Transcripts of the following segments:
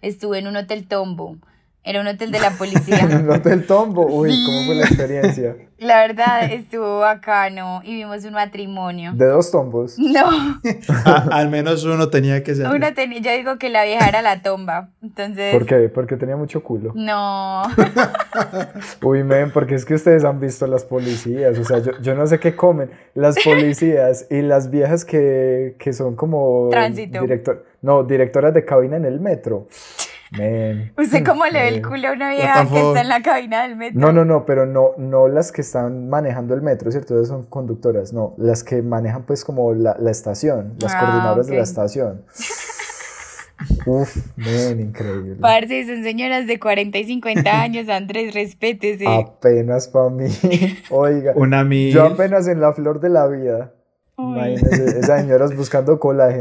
estuve en un hotel Tombo. Era un hotel de la policía. ¿En un hotel Tombo? Uy, sí. ¿Cómo fue la experiencia? La verdad, estuvo bacano y vimos un matrimonio. ¿De 2 tombos? No. Al menos uno tenía que ser. Yo digo que la vieja era la tomba, entonces... ¿Por qué? ¿Porque tenía mucho culo? No. Uy, men, porque es que ustedes han visto las policías, o sea, yo no sé qué comen las policías y las viejas que son como... Tránsito. Directoras de cabina en el metro. Man. ¿Usted cómo le ve el culo a una vieja que está en la cabina del metro? No, pero no las que están manejando el metro, ¿cierto? Esas son conductoras, no, las que manejan pues como la estación, las coordinadoras de la estación. Uf, man, increíble. Parce, son señoras de 40 y 50 años, Andrés, respétese. Apenas para mí, oiga, yo apenas en la flor de la vida. Imagínese, esas señoras buscando colágeno.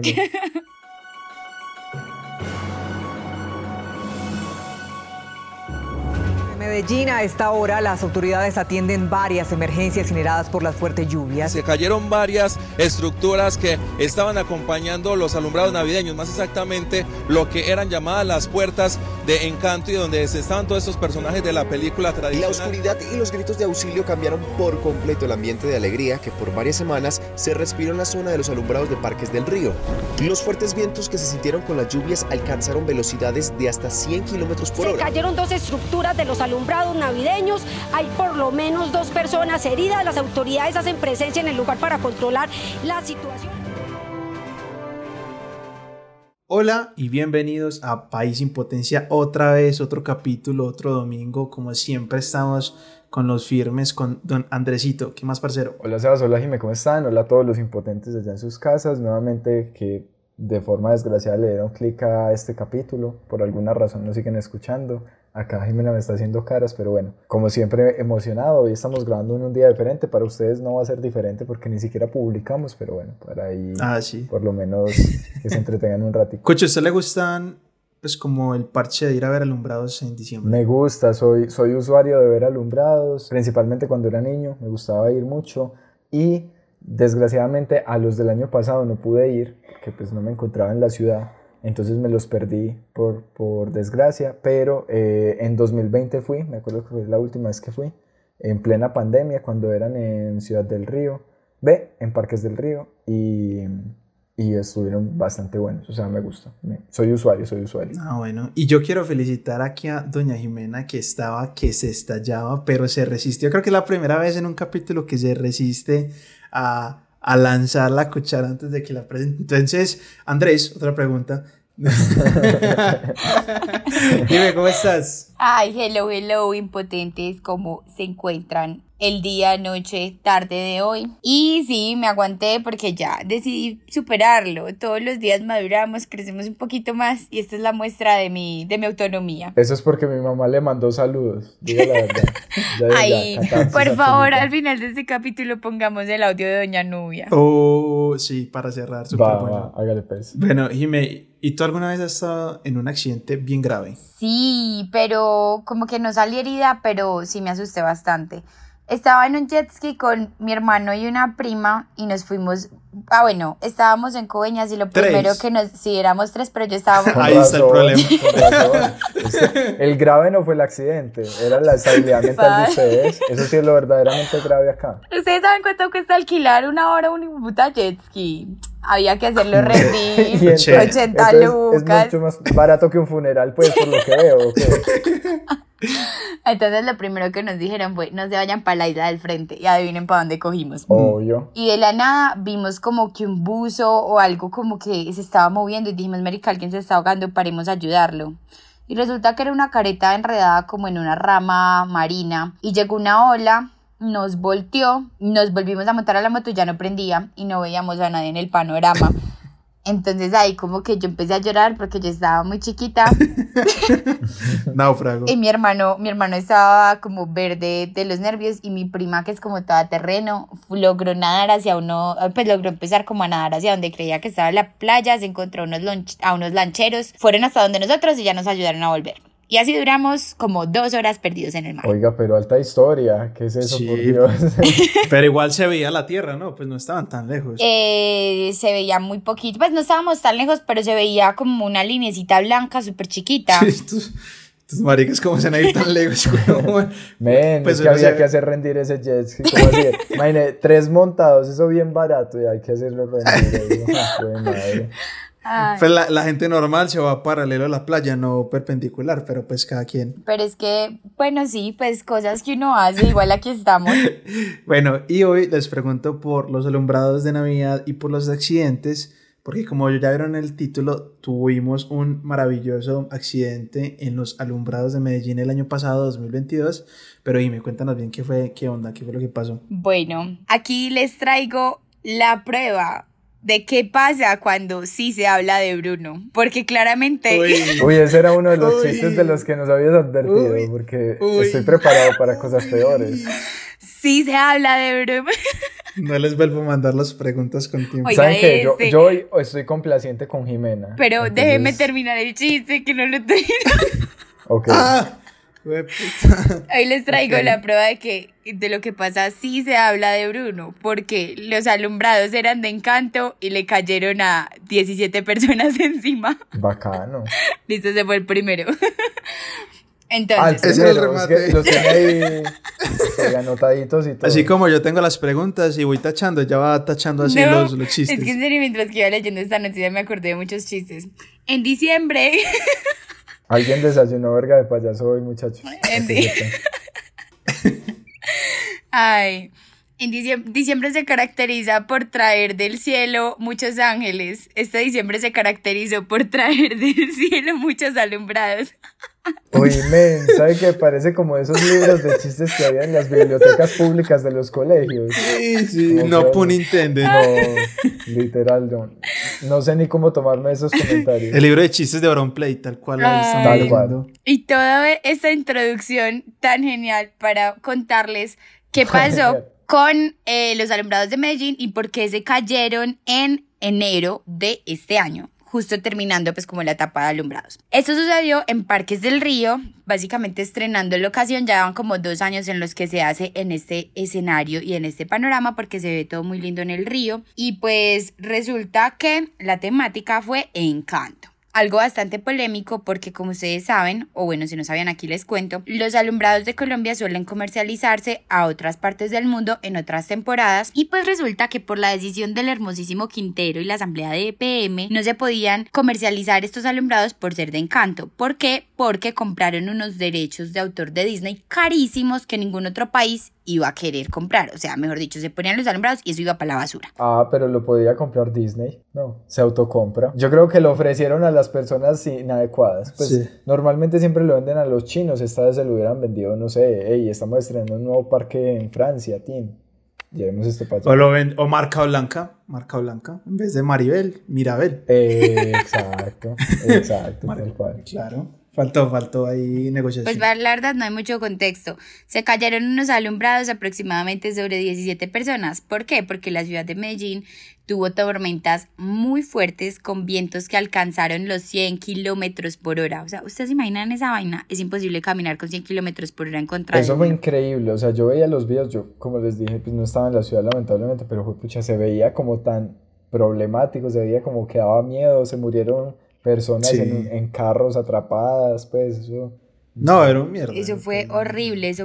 Medellín, a esta hora las autoridades atienden varias emergencias generadas por las fuertes lluvias. Se cayeron varias estructuras que estaban acompañando los alumbrados navideños, más exactamente lo que eran llamadas las puertas de Encanto y donde estaban todos estos personajes de la película tradicional. La oscuridad y los gritos de auxilio cambiaron por completo el ambiente de alegría que por varias semanas se respiró en la zona de los alumbrados de Parques del Río. Los fuertes vientos que se sintieron con las lluvias alcanzaron velocidades de hasta 100 kilómetros por hora. Se cayeron 2 estructuras de los alumbrados navideños, hay por lo menos 2 personas heridas, las autoridades hacen presencia en el lugar para controlar la situación. Hola y bienvenidos a País sin Potencia, otra vez, otro capítulo, otro domingo, como siempre estamos con los firmes, con don Andresito. ¿Qué más, parcero? Hola Sebas, hola Jimé, ¿cómo están? Hola a todos los impotentes allá en sus casas, nuevamente que de forma desgraciada le dieron clic a este capítulo, por alguna razón no siguen escuchando. Acá Jimena me está haciendo caras, pero bueno, como siempre emocionado, hoy estamos grabando en un día diferente, para ustedes no va a ser diferente porque ni siquiera publicamos, pero bueno, para ahí sí. Por lo menos que se entretengan un ratito. Coche, ¿a usted le gustan pues como el parche de ir a ver alumbrados en diciembre? Me gusta, soy usuario de ver alumbrados, principalmente cuando era niño, me gustaba ir mucho y desgraciadamente a los del año pasado no pude ir, porque pues no me encontraba en la ciudad. Entonces me los perdí por desgracia, pero en 2020 fui, me acuerdo que fue la última vez que fui, en plena pandemia, cuando eran en Ciudad del Río, en Parques del Río, y estuvieron bastante buenos, o sea, me gusta, soy usuario. Ah, bueno, y yo quiero felicitar aquí a doña Jimena que se estallaba, pero se resistió, creo que es la primera vez en un capítulo que se resiste a lanzar la cuchara antes de que la presente. Entonces, Andrés, otra pregunta. Dime, ¿cómo estás? Ay, hello, impotentes, ¿cómo se encuentran el día, noche, tarde de hoy? Y sí, me aguanté porque ya decidí superarlo. Todos los días maduramos, crecemos un poquito más y esta es la muestra de mi autonomía. Eso es porque mi mamá le mandó saludos, diga la verdad. Ay, por favor, al final de este capítulo pongamos el audio de Doña Nubia. Oh, sí, para cerrar, súper bueno. Hágale pues. Bueno, Jimé, ¿y tú alguna vez has estado en un accidente bien grave? Sí, pero como que no salí herida, pero sí me asusté bastante. Estaba en un jet ski con mi hermano y una prima y nos fuimos, estábamos en Coveñas y lo primero que sí, éramos 3, pero yo estaba... Ahí está el problema. El grave no fue el accidente, era la estabilidad mental de ustedes, eso sí es lo verdaderamente grave acá. ¿Ustedes saben cuánto cuesta alquilar una hora un puta jet ski? Había que hacerlo rendir, 80 lucas. Es mucho más barato que un funeral, pues, por lo que veo, ¿okay? Entonces lo primero que nos dijeron fue, no se vayan para la isla del frente, y adivinen para dónde cogimos. Obvio. Y de la nada vimos como que un buzo o algo como que se estaba moviendo y dijimos, marica, alguien se está ahogando, paremos a ayudarlo. Y resulta que era una careta enredada como en una rama marina y llegó una ola, nos volteó, nos volvimos a montar a la moto y ya no prendía y no veíamos a nadie en el panorama. Entonces ahí como que yo empecé a llorar porque yo estaba muy chiquita. Náufrago. Y mi hermano estaba como verde de los nervios y mi prima, que es como toda terreno, logró nadar hacia logró empezar como a nadar hacia donde creía que estaba la playa, se encontró a unos lancheros, fueron hasta donde nosotros y ya nos ayudaron a volver. Y así duramos como 2 horas perdidos en el mar. Oiga, pero alta historia, ¿qué es eso, Sí, por Dios? pero igual se veía la tierra, ¿no? Pues no estaban tan lejos. Se veía muy poquito, pues no estábamos tan lejos, pero se veía como una linecita blanca súper chiquita. Estos maricas, ¿cómo se van a ir tan lejos? Men, Pues es que había que hacer rendir ese jet ski, ¿cómo así? Imagínate, 3 montados, eso bien barato, y hay que hacerlo rendir. Madre. Pues la gente normal se va paralelo a la playa, no perpendicular, pero pues cada quien. Pero es que, bueno, sí, pues cosas que uno hace, igual aquí estamos. Bueno, y hoy les pregunto por los alumbrados de Navidad y por los accidentes, porque como ya vieron en el título, tuvimos un maravilloso accidente en los alumbrados de Medellín el año pasado, 2022, pero dime, cuéntanos bien qué fue lo que pasó. Bueno, aquí les traigo la prueba de qué pasa cuando sí se habla de Bruno, porque claramente... Uy, ese era uno de los chistes de los que nos habías advertido, porque estoy preparado para cosas peores. Sí se habla de Bruno. No les vuelvo a mandar las preguntas con tiempo. Oiga, ¿Saben qué? Yo hoy estoy complaciente con Jimena. Pero entonces... déjeme terminar el chiste, que no lo termino. Ok. Hoy les traigo la prueba de lo que pasa si se habla de Bruno, porque los alumbrados eran de Encanto y le cayeron a 17 personas encima. Bacano. Listo, ese fue el primero. Entonces, ese es el remate. Es que los tiene ahí anotaditos y todo. Así como yo tengo las preguntas y voy tachando, ya va tachando así no, los chistes. Es que en serio, mientras que iba leyendo esta noticia me acordé de muchos chistes. En diciembre... Alguien desayunó verga de payaso hoy, muchachos. Ay, en diciembre se caracteriza por traer del cielo muchos ángeles. Este diciembre se caracterizó por traer del cielo muchos alumbrados. Uy, men, ¿sabe qué? Parece como esos libros de chistes que había en las bibliotecas públicas de los colegios. Sí, como no pun intended. No, literal, no sé ni cómo tomarme esos comentarios. El libro de chistes de Auronplay, tal cual. Tal cual. Y toda esta introducción tan genial para contarles qué pasó con los alumbrados de Medellín y por qué se cayeron en enero de este año, justo terminando pues como la etapa de alumbrados. Esto sucedió en Parques del Río, básicamente estrenando locación. Ya van como 2 años en los que se hace en este escenario y en este panorama, porque se ve todo muy lindo en el río. Y pues resulta que la temática fue Encanto. Algo bastante polémico porque, como ustedes saben, o bueno, si no sabían, aquí les cuento, los alumbrados de Colombia suelen comercializarse a otras partes del mundo en otras temporadas, y pues resulta que por la decisión del hermosísimo Quintero y la asamblea de EPM no se podían comercializar estos alumbrados por ser de Encanto. ¿Por qué? Porque compraron unos derechos de autor de Disney carísimos que ningún otro país iba a querer comprar. O sea, mejor dicho, se ponían los alumbrados y eso iba para la basura. Ah, pero lo podía comprar Disney. No, se autocompra. Yo creo que lo ofrecieron a las personas inadecuadas. Pues sí. Normalmente siempre lo venden a los chinos. Esta vez se lo hubieran vendido, no sé, hey, estamos estrenando un nuevo parque en Francia, Tim. Llevemos esto para allá. O marca blanca, en vez de Maribel, Mirabel. Exacto, tal cual. Claro. Faltó ahí negociación. Pues la verdad no hay mucho contexto. Se cayeron unos alumbrados aproximadamente sobre 17 personas. ¿Por qué? Porque la ciudad de Medellín tuvo tormentas muy fuertes con vientos que alcanzaron los 100 kilómetros por hora. O sea, ¿ustedes se imaginan esa vaina? Es imposible caminar con 100 kilómetros por hora en contra de eso. Fue increíble. O sea, yo veía los videos, yo como les dije, pues no estaba en la ciudad lamentablemente, pero pucha, se veía como tan problemático, se veía como que daba miedo, se murieron personas en carros atrapadas, pues eso. No, era un mierda. Eso fue horrible.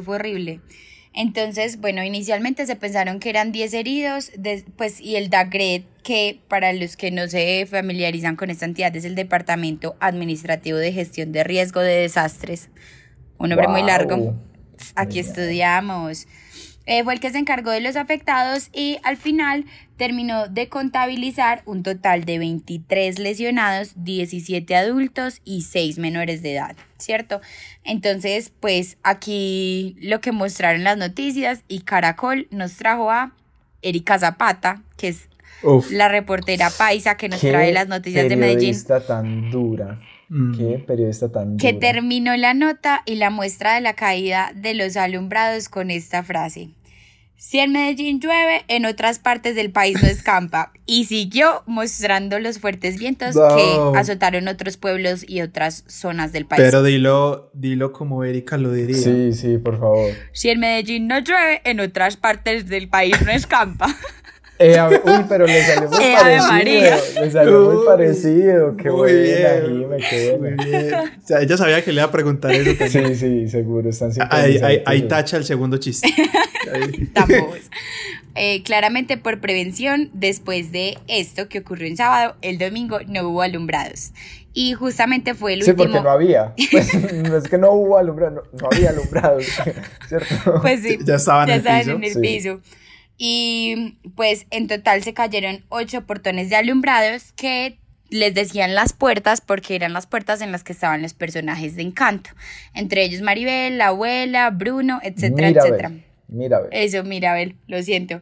Entonces, bueno, inicialmente se pensaron que eran 10 heridos, pues, y el DAGRED, que para los que no se familiarizan con esta entidad, es el Departamento Administrativo de Gestión de Riesgo de Desastres. Un nombre muy largo. Aquí estudiamos. Fue el que se encargó de los afectados y al final terminó de contabilizar un total de 23 lesionados, 17 adultos y 6 menores de edad, ¿cierto? Entonces, pues aquí lo que mostraron las noticias, y Caracol nos trajo a Erika Zapata, que es la reportera paisa que nos trae las noticias de Medellín. Qué periodista tan dura. Qué periodista tan dura. Que terminó la nota y la muestra de la caída de los alumbrados con esta frase: Si en Medellín llueve, en otras partes del país no escampa. Y siguió mostrando los fuertes vientos que azotaron otros pueblos y otras zonas del país. Pero dilo como Erika lo diría. Sí, por favor. Si en Medellín no llueve, en otras partes del país no escampa. Uy, pero le salió muy parecido. Le salió muy parecido. Qué buena, Jime, qué buena. Muy bien. O sea, ella sabía que le iba a preguntar eso también. Sí, seguro. Están ahí tacha el segundo chiste. Tampoco. Claramente por prevención, después de esto que ocurrió en sábado, el domingo no hubo alumbrados. Y justamente fue el último... Sí, porque no había. Pues, no es que no hubo alumbrados, no había alumbrados, ¿cierto? Pues sí, ya estaban en el piso. Y pues en total se cayeron 8 portones de alumbrados que les decían las puertas porque eran las puertas en las que estaban los personajes de Encanto. Entre ellos Maribel, la abuela, Bruno, etcétera, etcétera. Mirabel. Eso, Mirabel, lo siento.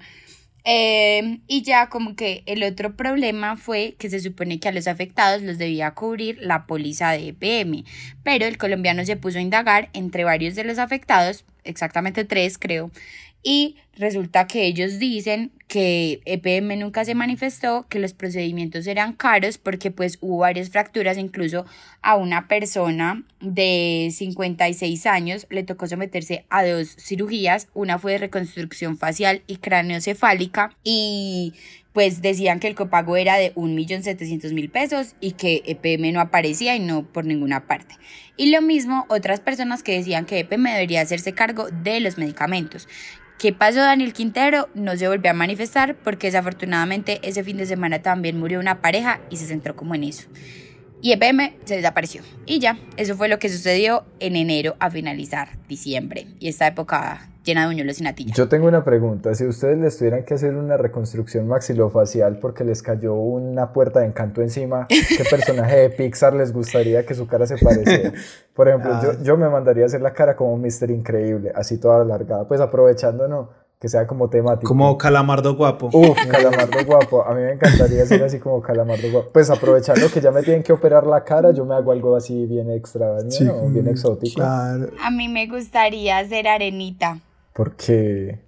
Y ya como que el otro problema fue que se supone que a los afectados los debía cubrir la póliza de EPM, pero el colombiano se puso a indagar entre varios de los afectados, exactamente 3 creo, y resulta que ellos dicen que EPM nunca se manifestó, que los procedimientos eran caros porque pues hubo varias fracturas, incluso a una persona de 56 años le tocó someterse a 2 cirugías, una fue de reconstrucción facial y craneoencefálica y pues decían que el copago era de 1.700.000 pesos y que EPM no aparecía y no por ninguna parte. Y lo mismo otras personas que decían que EPM debería hacerse cargo de los medicamentos. ¿Qué pasó? Daniel Quintero no se volvió a manifestar porque desafortunadamente ese fin de semana también murió una pareja y se centró como en eso. Y EPM se desapareció. Y ya, eso fue lo que sucedió en enero a finalizar diciembre. Y esta época llena de buñuelos y natilla. Yo tengo una pregunta. Si ustedes les tuvieran que hacer una reconstrucción maxilofacial porque les cayó una puerta de Encanto encima, ¿qué personaje de Pixar les gustaría que su cara se pareciera? Por ejemplo, yo me mandaría a hacer la cara como Mr. Increíble, así toda alargada, pues aprovechando, ¿no? Que sea como temático. Como Calamardo Guapo. Calamardo Guapo. A mí me encantaría ser así como Calamardo Guapo. Pues aprovechando que ya me tienen que operar la cara, yo me hago algo así bien extra, ¿no? Sí, bien exótico. Claro. A mí me gustaría ser Arenita. ¿Por qué?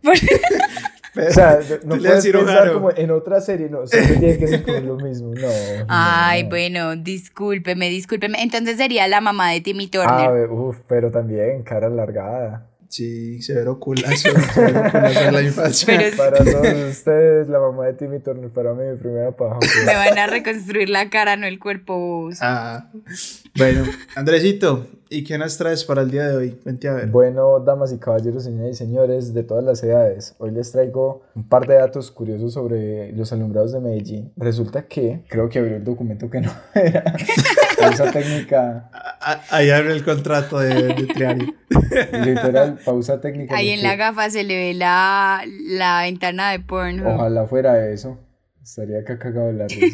O sea, no puedes pensar como en otra serie, no, siempre tiene que ser como lo mismo, no. Ay, bueno, discúlpeme. Entonces sería la mamá de Timmy Turner. Pero también cara alargada. Sí, severo culazo de la infancia. Pero para todos ustedes, la mamá de Timmy Turner, para mí, mi primera paja. Me van a reconstruir la cara, no el cuerpo. Bueno, Andresito, ¿y qué nos traes para el día de hoy? Vente a ver. Bueno, damas y caballeros, señoras y señores de todas las edades, hoy les traigo un par de datos curiosos sobre los alumbrados de Medellín. Resulta que, creo que abrió el documento que no era. Pausa técnica. Ahí abre el contrato de Triario. Literal, pausa técnica. Ahí en la gafa se le ve la ventana de Pornhub. Ojalá fuera eso. Estaría acá cagado la risa.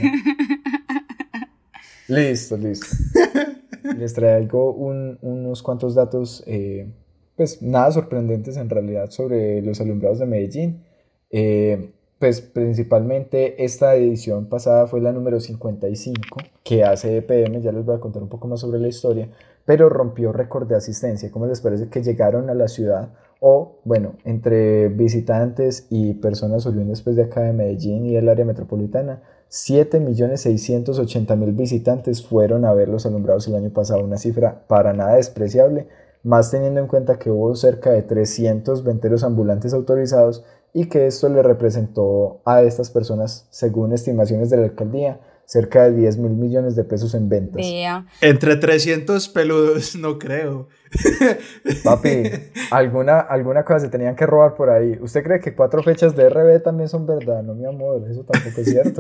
Listo. Les traigo unos cuantos datos, pues nada sorprendentes en realidad sobre los alumbrados de Medellín. Pues principalmente esta edición pasada fue la número 55 que hace EPM, ya les voy a contar un poco más sobre la historia, pero rompió récord de asistencia. ¿Cómo les parece que llegaron a la ciudad? O bueno, entre visitantes y personas oriundas después de acá de Medellín y del área metropolitana, 7.680.000 visitantes fueron a ver los alumbrados el año pasado, una cifra para nada despreciable, más teniendo en cuenta que hubo cerca de 300 venteros ambulantes autorizados y que esto le representó a estas personas, según estimaciones de la alcaldía, cerca de 10.000 millones de pesos en ventas. Vea. Entre 300 peludos, no creo. Papi, alguna cosa se tenían que robar por ahí. ¿Usted cree que 4 fechas de RB también son verdad? No, mi amor, eso tampoco es cierto.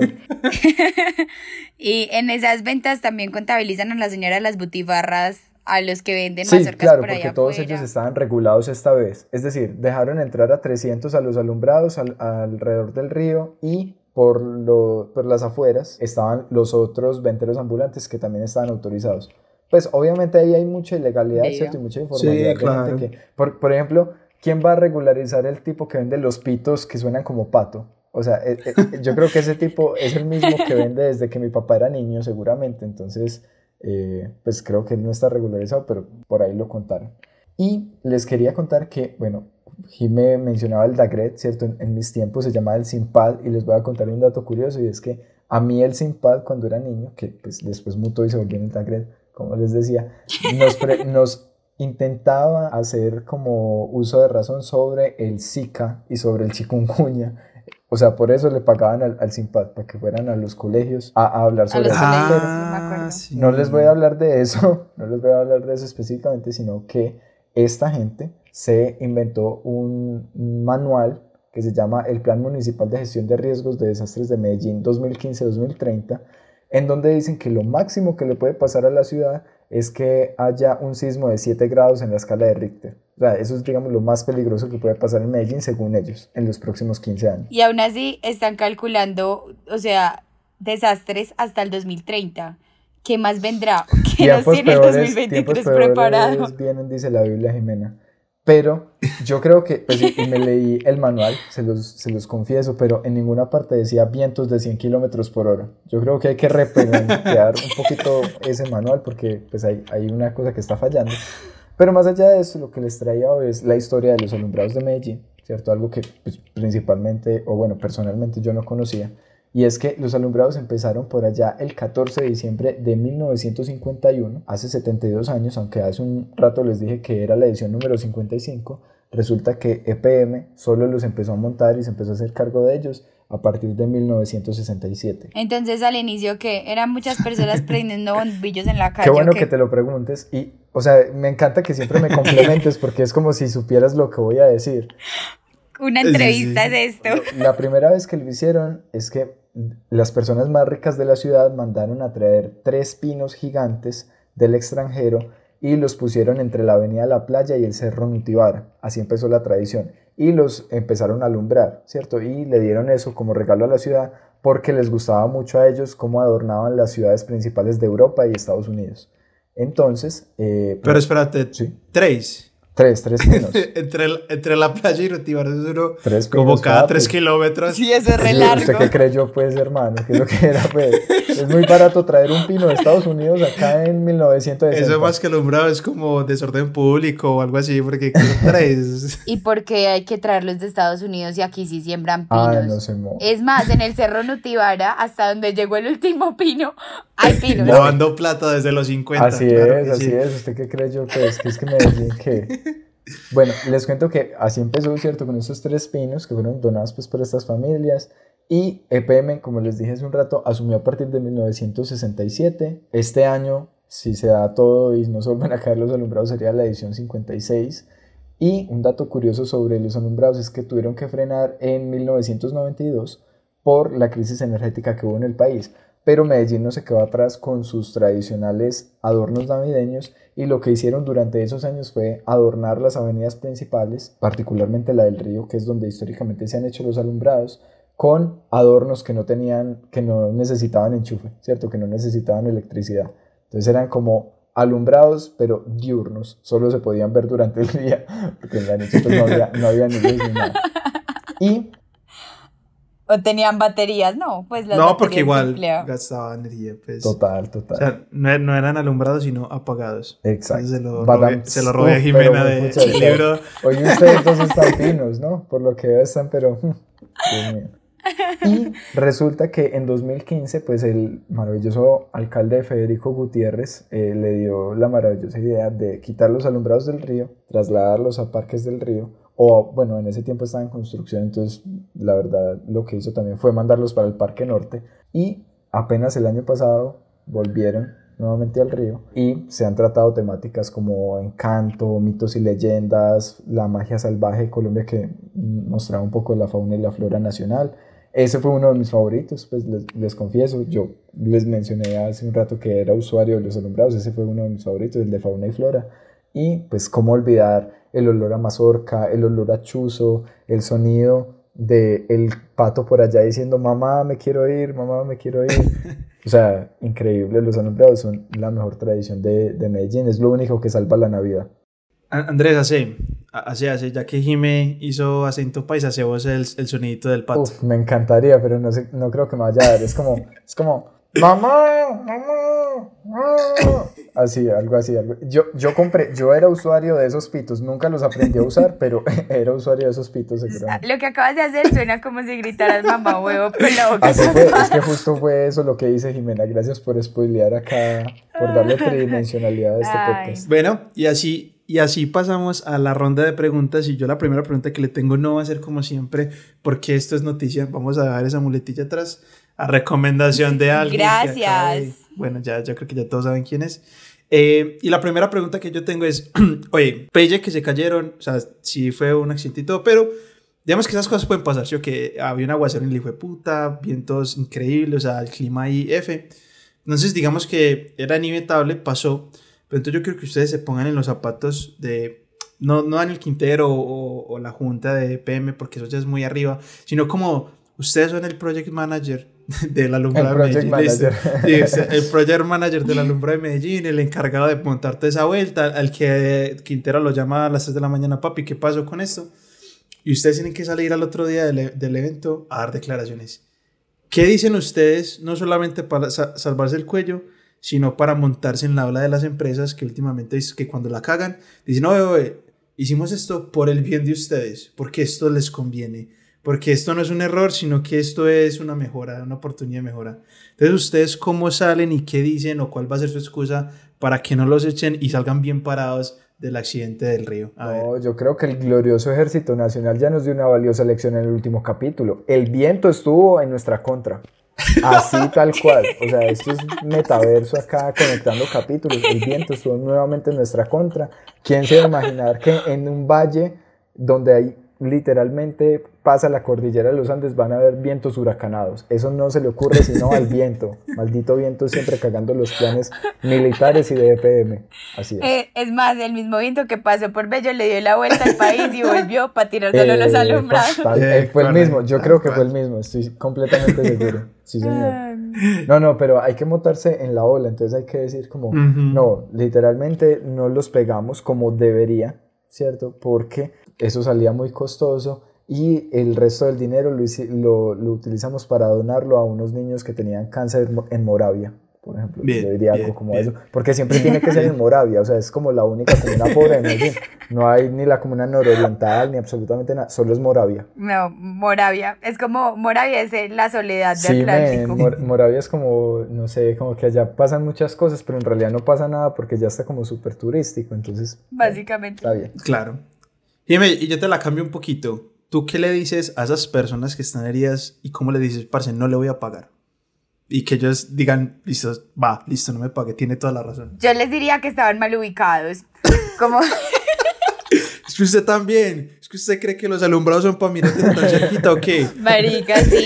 Y en esas ventas también contabilizan a la señora de las butifarras, a los que venden mazorcas por allá porque todos ellos estaban regulados esta vez. Es decir, dejaron entrar a 300 a los alumbrados alrededor del río y por las afueras estaban los otros venteros ambulantes que también estaban autorizados. Pues obviamente ahí hay mucha ilegalidad, ¿cierto? Y mucha informalidad. Sí, claro. De gente que, por ejemplo, ¿quién va a regularizar el tipo que vende los pitos que suenan como pato? O sea, yo creo que ese tipo es el mismo que vende desde que mi papá era niño, seguramente. Entonces, pues creo que él no está regularizado, pero por ahí lo contaron. Y les quería contar que, bueno, Jimé mencionaba el Dagret, ¿cierto? En mis tiempos se llamaba el Simpad, y les voy a contar un dato curioso, y es que a mí el Simpad, cuando era niño, que pues después mutó y se volvió en el Dagret, como les decía, nos intentaba hacer como uso de razón sobre el Zika y sobre el chikungunya. O sea, por eso le pagaban al Simpad, para que fueran a los colegios a hablar sobre eso. Me acuerdo. Sí. No les voy a hablar de eso, no les voy a hablar de eso específicamente, sino que esta gente se inventó un manual que se llama el Plan Municipal de Gestión de Riesgos de Desastres de Medellín 2015-2030, en donde dicen que lo máximo que le puede pasar a la ciudad es que haya un sismo de 7 grados en la escala de Richter. O sea, eso es, digamos, lo más peligroso que puede pasar en Medellín, según ellos, en los próximos 15 años. Y aún así están calculando, o sea, desastres hasta el 2030. ¿Qué más vendrá? ¿Qué nos tiene el 2023 preparado? Vienen, dice la Biblia, Jimena. Pero yo creo que, pues, y me leí el manual, se los confieso, pero en ninguna parte decía vientos de 100 kilómetros por hora. Yo creo que hay que replantear un poquito ese manual, porque pues hay una cosa que está fallando. Pero más allá de eso, lo que les traía hoy es la historia de los alumbrados de Medellín, ¿cierto? Algo que pues, principalmente, o bueno, personalmente yo no conocía. Y es que los alumbrados empezaron por allá el 14 de diciembre de 1951, hace 72 años, aunque hace un rato les dije que era la edición número 55. Resulta que EPM solo los empezó a montar y se empezó a hacer cargo de ellos a partir de 1967. Entonces, al inicio, ¿qué? Eran muchas personas prendiendo bombillos en la calle. Qué bueno que te lo preguntes, y, o sea, me encanta que siempre me complementes porque es como si supieras lo que voy a decir. Una entrevista es esto. La primera vez que lo hicieron es que las personas más ricas de la ciudad mandaron a traer 3 pinos gigantes del extranjero y los pusieron entre la avenida La Playa y el Cerro Nutibara. Así empezó la tradición. Y los empezaron a alumbrar, ¿cierto? Y le dieron eso como regalo a la ciudad porque les gustaba mucho a ellos cómo adornaban las ciudades principales de Europa y Estados Unidos. Entonces... pero espérate, ¿sí? 3 pinos. entre La Playa y Nutibara es duro, 3 pinos como cada 3 pues. kilómetros. Sí, eso es re largo. ¿Usted qué creyó, pues, hermano? ¿Qué es lo que era, pues? Es muy barato traer un pino de Estados Unidos acá en 1960. Eso más que alumbrado es como desorden público o algo así, porque 3. ¿Y por qué hay que traerlos de Estados Unidos y aquí sí siembran pinos? No se mo. Es más, en el Cerro Nutibara, hasta donde llegó el último pino, hay pinos. Lavando plata desde los 50. Así claro es, así sí. es. ¿Usted qué creyó, pues? Que es que Medellín, ¿qué? Bueno, les cuento que así empezó, ¿cierto? Con estos 3 pinos que fueron donados pues por estas familias, y EPM, como les dije hace un rato, asumió a partir de 1967. Este año, si se da todo y no se vuelven a caer los alumbrados, sería la edición 56. Y un dato curioso sobre los alumbrados es que tuvieron que frenar en 1992 por la crisis energética que hubo en el país. Pero Medellín no se quedó atrás con sus tradicionales adornos navideños, y lo que hicieron durante esos años fue adornar las avenidas principales, particularmente la del Río, que es donde históricamente se han hecho los alumbrados, con adornos que no necesitaban enchufe, ¿cierto? Que no necesitaban electricidad. Entonces eran como alumbrados, pero diurnos, solo se podían ver durante el día, porque en la noche pues no había ni luz ni nada. Y ¿O tenían baterías? No, pues las no, porque baterías igual gastaba energía, pues. Total. O sea, no eran alumbrados, sino apagados. Exacto. Se lo robé a Jimena del libro. Oye, ustedes dos están finos, ¿no? Por lo que veo están, pero... Dios mío. Y resulta que en 2015, pues el maravilloso alcalde Federico Gutiérrez le dio la maravillosa idea de quitar los alumbrados del Río, trasladarlos a Parques del Río, o bueno, en ese tiempo estaba en construcción, entonces la verdad lo que hizo también fue mandarlos para el Parque Norte, y apenas el año pasado volvieron nuevamente al río y se han tratado temáticas como encanto, mitos y leyendas, la magia salvaje de Colombia, que mostraba un poco de la fauna y la flora nacional. Ese fue uno de mis favoritos, pues les confieso, yo les mencioné hace un rato que era usuario de los alumbrados, ese fue uno de mis favoritos, el de fauna y flora. Y pues cómo olvidar el olor a mazorca, el olor a chuzo, el sonido del pato por allá diciendo mamá me quiero ir, mamá me quiero ir. O sea, increíble, los alumbrados son la mejor tradición de Medellín, es lo único que salva la Navidad. Andrés, hace, ya que Jimé hizo acento paisa, hace vos el sonidito del pato. Uf, me encantaría, pero no creo que me vaya a dar, es como mamá, mamá. Así, algo así. Yo era usuario de esos pitos, nunca los aprendí a usar, pero era usuario de esos pitos seguramente. Lo que acabas de hacer suena como si gritaras mamá huevo con la boca. Así fue, es que justo fue eso lo que dice Jimena. Gracias por spoilear acá, por darle tridimensionalidad a este podcast. Bueno, y así pasamos a la ronda de preguntas. Y yo la primera pregunta que le tengo no va a ser como siempre, porque esto es noticia. Vamos a dar esa muletilla atrás a recomendación de alguien. Gracias. Bueno, ya creo que ya todos saben quién es. Y la primera pregunta que yo tengo es, oye, pelle que se cayeron, o sea, sí fue un accidente y todo, pero digamos que esas cosas pueden pasar, ¿sí? O que había un aguacero en el hijo de puta, vientos increíbles, o sea, el clima ahí F. Entonces, digamos que era inevitable, pasó, pero entonces yo creo que ustedes se pongan en los zapatos de, no Daniel Quintero o la junta de PM, porque eso ya es muy arriba, sino como ustedes son el project manager de la Alumbra de Medellín. El project manager de la Alumbra de Medellín, el encargado de montar toda esa vuelta, al que Quintero lo llama a las 3 de la mañana, papi, ¿qué pasó con esto? Y ustedes tienen que salir al otro día del evento a dar declaraciones. ¿Qué dicen ustedes? No solamente para salvarse el cuello, sino para montarse en la ola de las empresas que últimamente es que cuando la cagan, dicen, no, hicimos esto por el bien de ustedes, porque esto les conviene. Porque esto no es un error, sino que esto es una mejora, una oportunidad de mejora. Entonces, ¿ustedes cómo salen y qué dicen o cuál va a ser su excusa para que no los echen y salgan bien parados del accidente del río? No, yo creo que el glorioso Ejército Nacional ya nos dio una valiosa lección en el último capítulo. El viento estuvo en nuestra contra. Así tal cual. O sea, esto es metaverso acá conectando capítulos. El viento estuvo nuevamente en nuestra contra. ¿Quién se va a imaginar que en un valle donde hay literalmente pasa la cordillera de los Andes van a haber vientos huracanados? Eso no se le ocurre sino al viento. Maldito viento siempre cagando los planes militares y de EPM. Así es. Es más, el mismo viento que pasó por Bello le dio la vuelta al país y volvió para tirar solo los alumbrados. Fue el mismo, yo creo que fue el mismo, estoy completamente seguro. Sí, señor. No, pero hay que montarse en la ola, entonces hay que decir como, no, literalmente no los pegamos como debería, ¿cierto? Porque eso salía muy costoso y el resto del dinero lo utilizamos para donarlo a unos niños que tenían cáncer en Moravia, por ejemplo. Yo diría algo como eso, porque siempre tiene que ser en Moravia, o sea, es como la única comuna pobre de Medellín. No hay ni la comuna nororiental ni absolutamente nada, solo es Moravia. No, Moravia, es como, Moravia es la soledad del Atlántico. Moravia es como, no sé, como que allá pasan muchas cosas, pero en realidad no pasa nada porque ya está como súper turístico, entonces básicamente. Está bien. Claro. Jimmy, y yo te la cambio un poquito. ¿Tú qué le dices a esas personas que están heridas y cómo le dices, parce, no le voy a pagar? Y que ellos digan, listo, no me pague, tiene toda la razón. Yo les diría que estaban mal ubicados. Como... Es que usted también. Es que usted cree que los alumbrados son para mirar desde tan cerquita o qué. Marica, sí.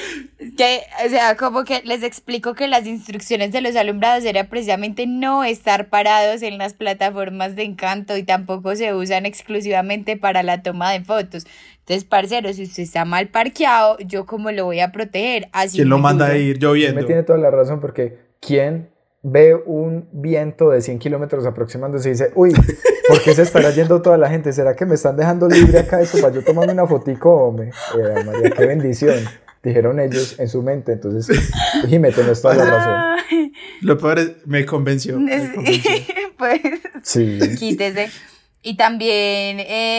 Que, o sea, como que les explico que las instrucciones de los alumbrados era precisamente no estar parados en las plataformas de Encanto y tampoco se usan exclusivamente para la toma de fotos. Entonces, parcero, si usted está mal parqueado, ¿yo cómo lo voy a proteger? Así ¿quién lo manda a ir lloviendo? Me tiene toda la razón porque ¿quién ve un viento de 100 kilómetros aproximándose y dice, uy, ¿por qué se estará yendo toda la gente? ¿Será que me están dejando libre acá eso para yo tomarme una fotico, hombre? María, qué bendición. Dijeron ellos en su mente, entonces, Jimé, tenés toda la razón. Lo peor es, me convenció. Pues, sí. Quítese. Y también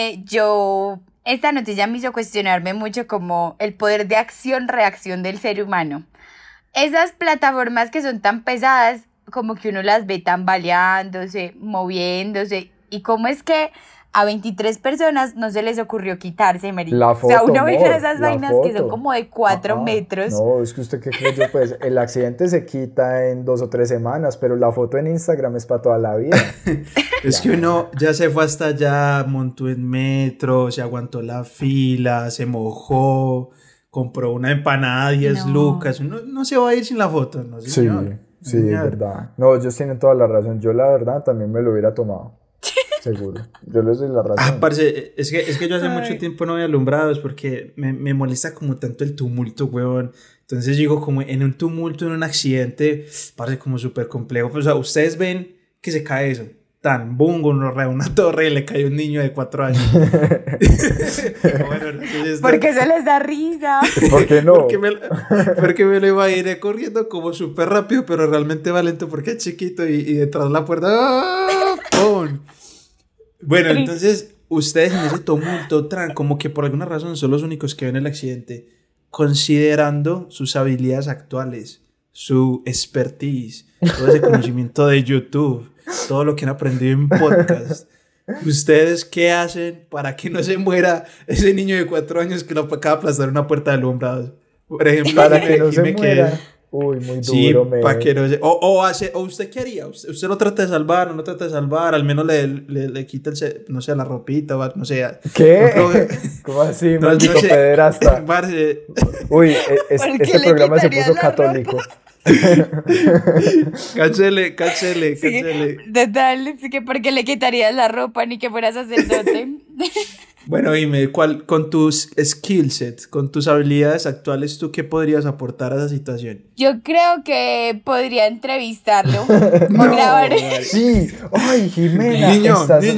esta noticia me hizo cuestionarme mucho como el poder de acción-reacción del ser humano. Esas plataformas que son tan pesadas, como que uno las ve tambaleándose, moviéndose, y cómo es que a 23 personas no se les ocurrió quitarse, marica. La foto, o sea, uno ve esas vainas que son como de 4 metros. No, es que usted qué creyó, pues, el accidente se quita en 2 o 3 semanas, pero la foto en Instagram es para toda la vida. Es que uno ya se fue hasta allá, montó en metro, se aguantó la fila, se mojó, compró una empanada 10 lucas. Uno no se va a ir sin la foto, ¿no, señor? Sí, es verdad. No, ellos tienen toda la razón. Yo, la verdad, también me lo hubiera tomado. Seguro, yo les doy la razón. Parce, es que yo hace mucho tiempo no veo alumbrados porque me molesta como tanto el tumulto, weón. Entonces digo, como en un tumulto, en un accidente, parece como súper complejo. Pues, o sea, ustedes ven que se cae eso. tan bungo, una torre y le cae un niño de 4 años. Bueno, entonces, Porque eso les da risa. ¿Por qué no? Porque me lo imaginé corriendo como súper rápido, pero realmente va lento porque es chiquito y detrás de la puerta. ¡Ah! ¡Pum! Bueno, entonces ustedes en ese tumulto, como que por alguna razón son los únicos que ven el accidente, considerando sus habilidades actuales, su expertise, todo ese conocimiento de YouTube, todo lo que han aprendido en podcast. ¿Ustedes qué hacen para que no se muera ese niño de 4 años que lo acaba de aplastar una puerta de alumbrados? Por ejemplo, para que no se muera. Uy, muy duro, sí, para que no se... O ¿usted qué haría? ¿Usted lo trata de salvar o no trata de salvar? Al menos le quita no sé, la ropita, no sé. ¿Qué? ¿Cómo así, maldito pederasta? Uy, este programa se puso católico. Cancele. Total, sí que porque le quitarías la ropa ni que fuera sacerdote. Bueno, dime, con tus skill set, con tus habilidades actuales, ¿tú qué podrías aportar a esa situación? Yo creo que podría entrevistarlo o grabar. Sí, ay, Jimena, niño,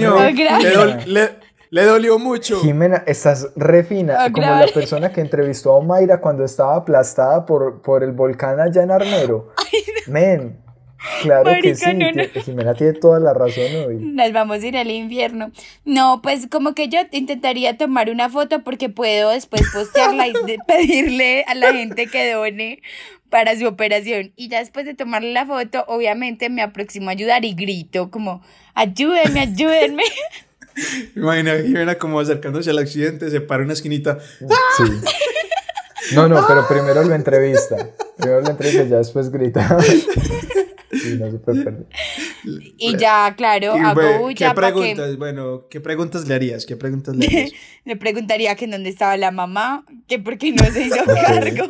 re le dolió mucho. Jimena, estás re fina, como la persona que entrevistó a Omaira cuando estaba aplastada por el volcán allá en Armero. Ay, no. Men, claro, marica, que sí, no. Jimena tiene toda la razón hoy. Nos vamos a ir al infierno. No, pues como que yo intentaría tomar una foto porque puedo después postearla y pedirle a la gente que done para su operación. Y ya después de tomarle la foto, obviamente me aproximo a ayudar y grito como, ayúdenme. Imagina a Jimena como acercándose al accidente, se para una esquinita. Sí. No, pero primero lo entrevista. Y ya después grita. Sí, no se puede perder. Y ya, claro, hago bulla. ¿Qué preguntas le harías? Le preguntaría que en dónde estaba la mamá, que por qué no se hizo cargo.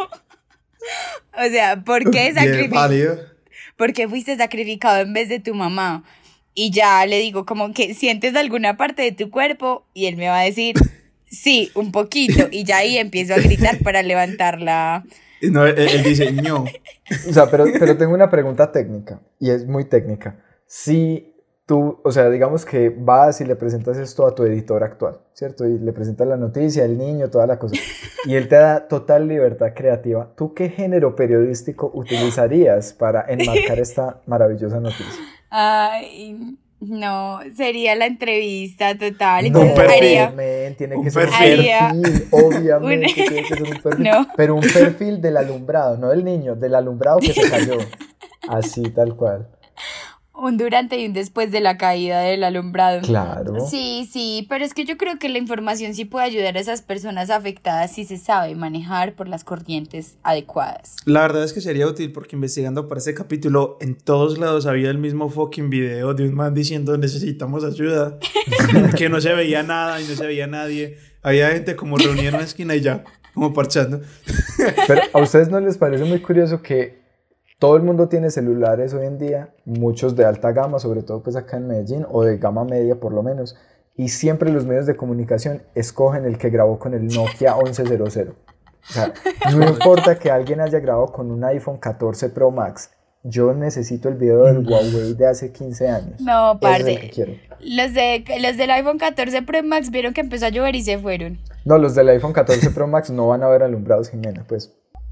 O sea, ¿por qué ¿Por qué fuiste sacrificado en vez de tu mamá? Y ya le digo como que sientes alguna parte de tu cuerpo y él me va a decir, sí, un poquito. Y ya ahí empiezo a gritar para levantarla. No, él dice, no. O sea, pero tengo una pregunta técnica y es muy técnica. Si tú, o sea, digamos que vas y le presentas esto a tu editor actual, ¿cierto? Y le presentas la noticia, el niño, toda la cosa. Y él te da total libertad creativa. ¿Tú qué género periodístico utilizarías para enmarcar esta maravillosa noticia? Ay, no, sería la entrevista total. No, Entonces tiene que ser un perfil, obviamente tiene que ser un perfil. No. Pero un perfil del alumbrado, no del niño, del alumbrado que se cayó. Así, tal cual. Un durante y un después de la caída del alumbrado. Claro. Sí, pero es que yo creo que la información sí puede ayudar a esas personas afectadas si se sabe manejar por las corrientes adecuadas. La verdad es que sería útil porque investigando para este capítulo en todos lados había el mismo fucking video de un man diciendo necesitamos ayuda, que no se veía nada y no se veía nadie. Había gente como reunida en una esquina y ya, como parchando. Pero ¿a ustedes no les parece muy curioso que todo el mundo tiene celulares hoy en día, muchos de alta gama, sobre todo pues acá en Medellín, o de gama media por lo menos, y siempre los medios de comunicación escogen el que grabó con el Nokia 1100? O sea, no importa que alguien haya grabado con un iPhone 14 Pro Max, yo necesito el video del Huawei de hace 15 años. No, parce, es el que quiero. Los del iPhone 14 Pro Max vieron que empezó a llover y se fueron. No, los del iPhone 14 Pro Max no van a ver alumbrados, Jimena, pues...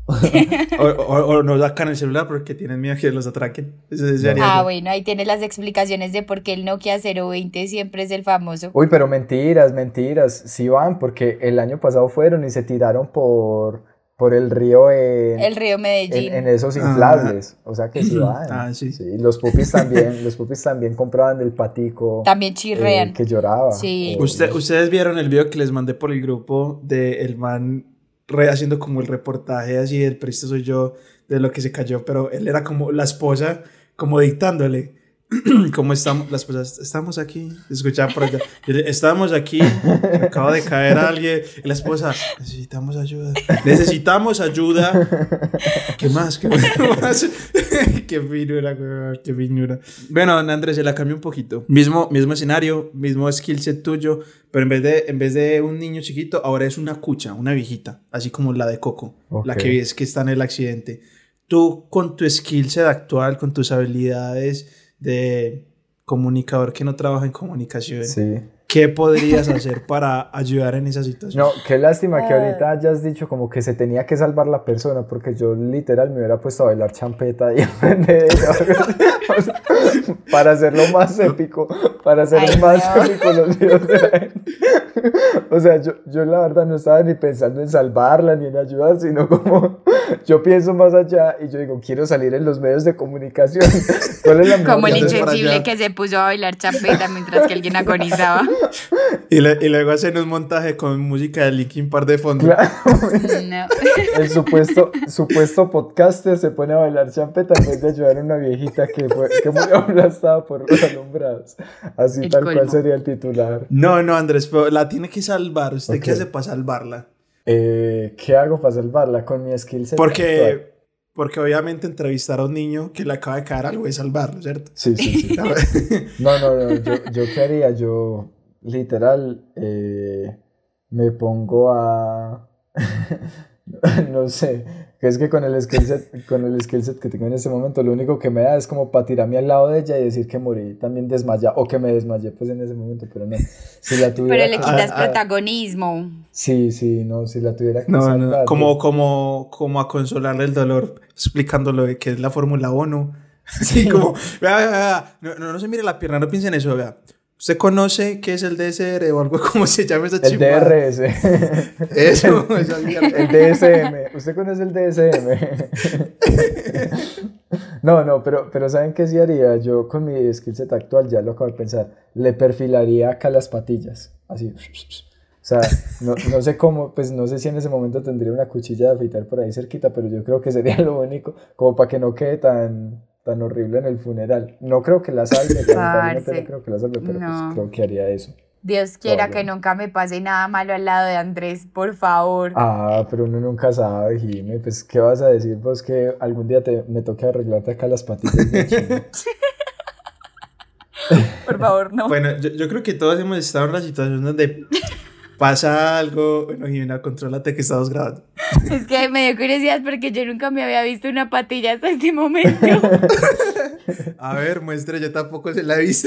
o no sacan el celular porque tienen miedo que los atraquen. Bueno, ahí tienes las explicaciones de por qué el Nokia 020 siempre es el famoso. Uy, pero mentiras, sí van, porque el año pasado fueron y se tiraron por el río el río Medellín en esos inflables, o sea que sí van. Sí. Sí, los pupis también compraban del patico, también chirrean, que lloraba. Sí. Ustedes vieron el video que les mandé por el grupo de el man haciendo como el reportaje así del Presto soy yo, de lo que se cayó, pero él era como la esposa como dictándole cómo estamos, la esposa, estamos aquí, escuchaba por allá, estamos aquí, acaba de caer alguien, y la esposa, necesitamos ayuda, ¿qué más? Qué finura. Bueno, Andrés, se la cambió un poquito, mismo escenario, mismo skill set tuyo, pero en vez de un niño chiquito, ahora es una cucha, una viejita, así como la de Coco, la que ves que está en el accidente. Tú con tu skill set actual, con tus habilidades de comunicador que no trabaja en comunicación, Sí. ¿qué podrías hacer para ayudar en esa situación? No, qué lástima que ahorita hayas dicho como que se tenía que salvar la persona, porque yo literal me hubiera puesto a bailar champeta y aprender para hacerlo más épico, para hacer más épico los videos de la gente. O sea, yo la verdad no estaba ni pensando en salvarla ni en ayudar, sino como yo pienso más allá y yo digo, quiero salir en los medios de comunicación. ¿Cuál es la mejor Como el manera? insensible que se puso a bailar champeta mientras que alguien agonizaba. Y luego hacen un montaje con música de Linkin Park de fondo. Claro. No. El supuesto podcaster se pone a bailar champeta en vez de ayudar a una viejita que murió aplastada por los alumbrados. Así El tal colmo. cual sería el titular. No, Andrés, pero la tiene que salvar. ¿Usted Ok. qué hace para salvarla? ¿Qué hago para salvarla con mi skill set actual? Porque obviamente entrevistar a un niño que le acaba de caer algo es salvarlo, ¿cierto? Sí. No, yo qué haría, yo literal me pongo a no sé, que es que con el skill set que tengo en este momento, lo único que me da es como para tirarme al lado de ella y decir que morí también desmayado, o que me desmayé pues en ese momento, pero no, si la tuviera Pero le quitas protagonismo. Sí, no, si la tuviera que No, salvar, como a consolarle el dolor, explicándolo de que es la Fórmula 1. Así como, vea, no se mire la pierna, no piense en eso, vea. ¿Usted conoce qué es el DSR o algo como se llama esa el chimba? DRS. Esa mierda. El DSM. ¿Usted conoce el DSM? No, pero ¿saben qué sí haría? Yo con mi skill set actual, ya lo acabo de pensar, le perfilaría acá las patillas. Así. O sea, no sé cómo, pues no sé si en ese momento tendría una cuchilla de afeitar por ahí cerquita, pero yo creo que sería lo único, como para que no quede tan horrible en el funeral. No creo que la salve, lamentablemente no creo que la salve, pero No. pues creo que haría eso. Dios quiera Todavía. que nunca me pase nada malo al lado de Andrés, por favor. Ah, pero uno nunca sabe, Jimé, pues ¿qué vas a decir vos que algún día me toque arreglarte acá las patitas de chino? Por favor, no. Bueno, yo creo que todos hemos estado en la situación donde pasa algo. Bueno, Jimena, contrólate que estamos grabando. Es que me dio curiosidad porque yo nunca me había visto una patilla hasta este momento. A ver, muestre, yo tampoco se la he visto.